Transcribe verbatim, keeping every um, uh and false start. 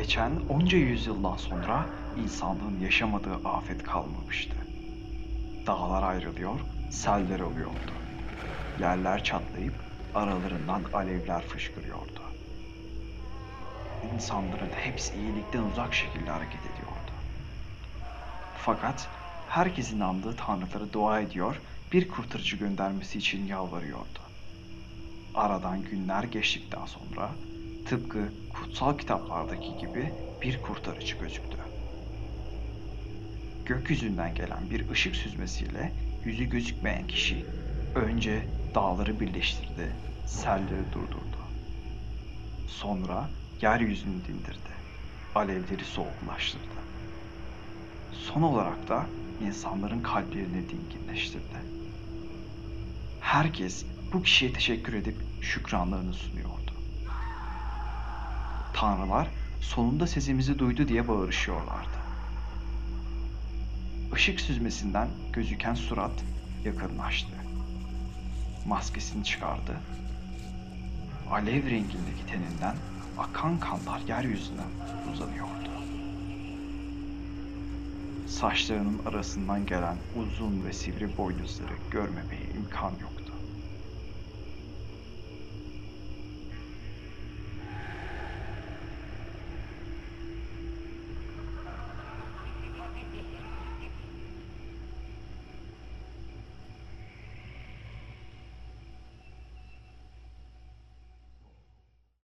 Geçen onca yüzyıldan sonra insanlığın yaşamadığı afet kalmamıştı. Dağlar ayrılıyor, seller oluyordu. Yerler çatlayıp aralarından alevler fışkırıyordu. İnsanların hepsi iyilikten uzak şekilde hareket ediyordu. Fakat herkes inandığı tanrılara dua ediyor, bir kurtarıcı göndermesi için yalvarıyordu. Aradan günler geçtikten sonra tıpkı kutsal kitaplardaki gibi bir kurtarıcı gözüktü. Gökyüzünden gelen bir ışık süzmesiyle yüzü gözükmeyen kişi önce dağları birleştirdi, selleri durdurdu. Sonra yeryüzünü dindirdi, alevleri soğuklaştırdı. Son olarak da insanların kalplerini dinginleştirdi. Herkes bu kişiye teşekkür edip şükranlarını sunuyordu. Tanrılar sonunda sesimizi duydu diye bağırışıyorlardı. Işık süzmesinden gözüken surat yakınlaştı. Maskesini çıkardı. Alev rengindeki teninden akan kanlar yeryüzüne uzanıyordu. Saçlarının arasından gelen uzun ve sivri boynuzları görmemeye imkan yoktu.